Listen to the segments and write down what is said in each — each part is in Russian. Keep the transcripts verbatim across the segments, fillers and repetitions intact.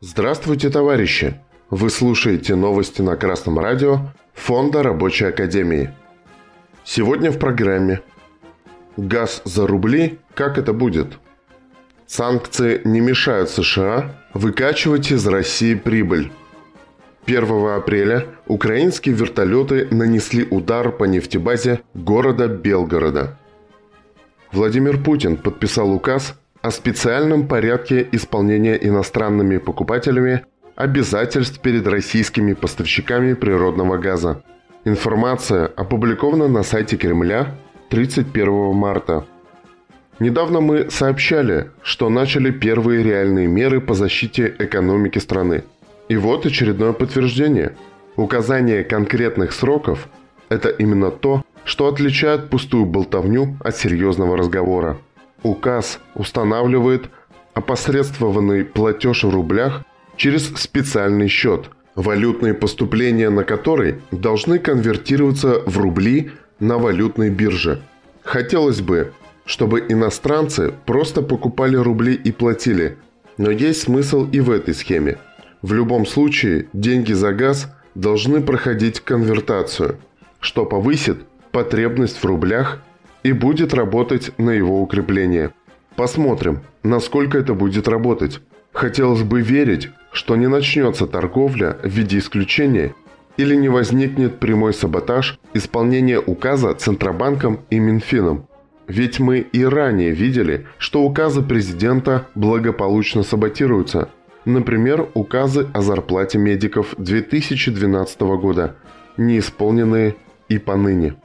Здравствуйте, товарищи! Вы слушаете новости на Красном радио Фонда Рабочей Академии. Сегодня в программе: газ за рубли, как это будет? Санкции не мешают США выкачивать из России прибыль. первого апреля украинские вертолеты нанесли удар по нефтебазе города Белгорода. Владимир Путин подписал указ о специальном порядке исполнения иностранными покупателями обязательств перед российскими поставщиками природного газа. Информация опубликована на сайте Кремля тридцать первого марта. Недавно мы сообщали, что начали первые реальные меры по защите экономики страны. И вот очередное подтверждение. Указание конкретных сроков – это именно то, что отличает пустую болтовню от серьезного разговора. Указ устанавливает опосредствованный платеж в рублях через специальный счет, валютные поступления на который должны конвертироваться в рубли на валютной бирже. Хотелось бы, чтобы иностранцы просто покупали рубли и платили, но есть смысл и в этой схеме. В любом случае, деньги за газ должны проходить конвертацию, что повысит потребность в рублях и будет работать на его укрепление. Посмотрим, насколько это будет работать. Хотелось бы верить, что не начнется торговля в виде исключения или не возникнет прямой саботаж исполнения указа Центробанком и Минфином. Ведь мы и ранее видели, что указы президента благополучно саботируются. Например, указы о зарплате медиков две тысячи двенадцатого года, не исполненные и поныне.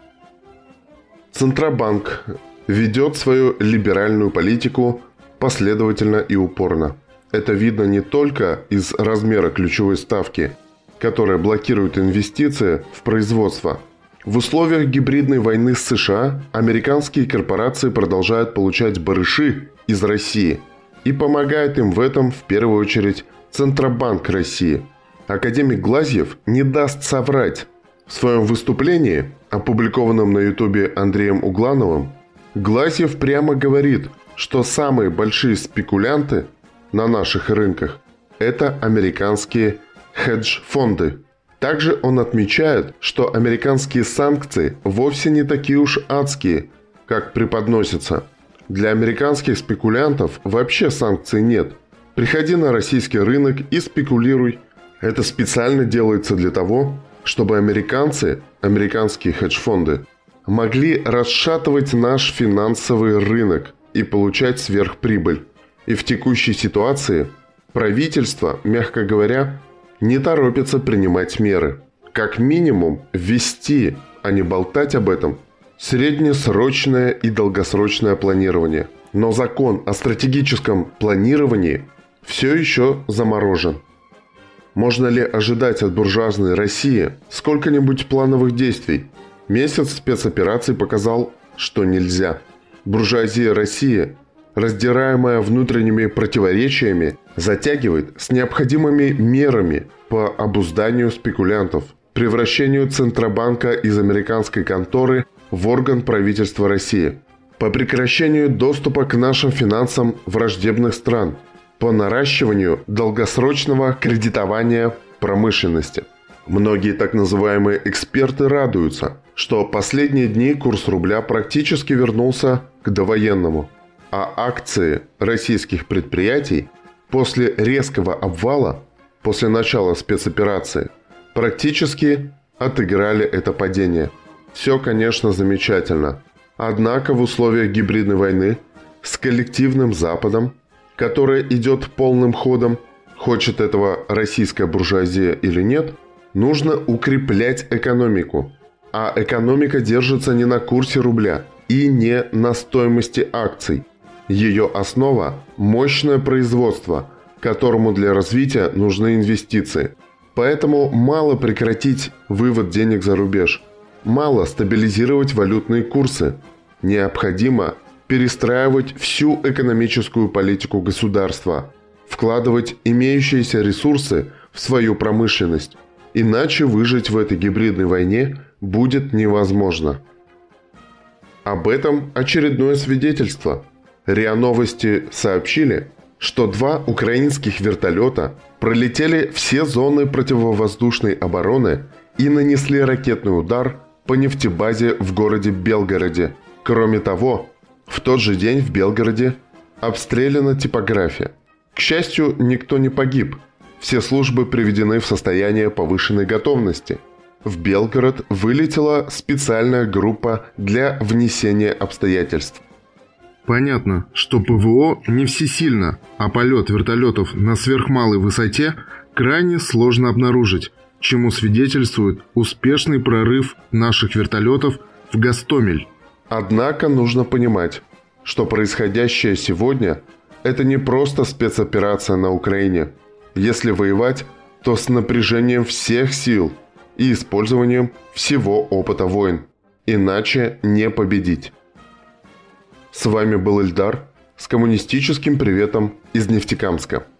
Центробанк ведет свою либеральную политику последовательно и упорно. Это видно не только из размера ключевой ставки, которая блокирует инвестиции в производство. В условиях гибридной войны с США американские корпорации продолжают получать барыши из России, и помогает им в этом в первую очередь Центробанк России. Академик Глазьев не даст соврать. В своем выступлении, опубликованном на ютубе Андреем Углановым, Глазьев прямо говорит, что самые большие спекулянты на наших рынках – это американские хедж-фонды. Также он отмечает, что американские санкции вовсе не такие уж адские, как преподносятся. Для американских спекулянтов вообще санкций нет. Приходи на российский рынок и спекулируй. Это специально делается для того, чтобы американцы, американские хедж-фонды, могли расшатывать наш финансовый рынок и получать сверхприбыль. И в текущей ситуации правительство, мягко говоря, не торопится принимать меры. Как минимум ввести, а не болтать об этом, среднесрочное и долгосрочное планирование. Но закон о стратегическом планировании все еще заморожен. Можно ли ожидать от буржуазной России сколько-нибудь плановых действий? Месяц спецопераций показал, что нельзя. Буржуазия России, раздираемая внутренними противоречиями, затягивает с необходимыми мерами по обузданию спекулянтов, превращению Центробанка из американской конторы в орган правительства России, по прекращению доступа к нашим финансам враждебных стран, по наращиванию долгосрочного кредитования промышленности. Многие так называемые эксперты радуются, что последние дни курс рубля практически вернулся к довоенному, а акции российских предприятий после резкого обвала, после начала спецоперации, практически отыграли это падение. Все, конечно, замечательно. Однако в условиях гибридной войны с коллективным Западом, которая идет полным ходом, хочет этого российская буржуазия или нет, нужно укреплять экономику. А экономика держится не на курсе рубля и не на стоимости акций. Ее основа – мощное производство, которому для развития нужны инвестиции. Поэтому мало прекратить вывод денег за рубеж, мало стабилизировать валютные курсы. Необходимо перестраивать всю экономическую политику государства, вкладывать имеющиеся ресурсы в свою промышленность. Иначе выжить в этой гибридной войне будет невозможно. Об этом очередное свидетельство. РИА Новости сообщили, что два украинских вертолета пролетели все зоны противовоздушной обороны и нанесли ракетный удар по нефтебазе в городе Белгороде. Кроме того, в тот же день в Белгороде обстреляна типография. К счастью, никто не погиб. Все службы приведены в состояние повышенной готовности. В Белгород вылетела специальная группа для внесения обстоятельств. Понятно, что ПВО не всесильно, а полет вертолетов на сверхмалой высоте крайне сложно обнаружить, чему свидетельствует успешный прорыв наших вертолетов в Гостомель. Однако нужно понимать, что происходящее сегодня – это не просто спецоперация на Украине. Если воевать, то с напряжением всех сил и использованием всего опыта войн. Иначе не победить. С вами был Ильдар с коммунистическим приветом из Нефтекамска.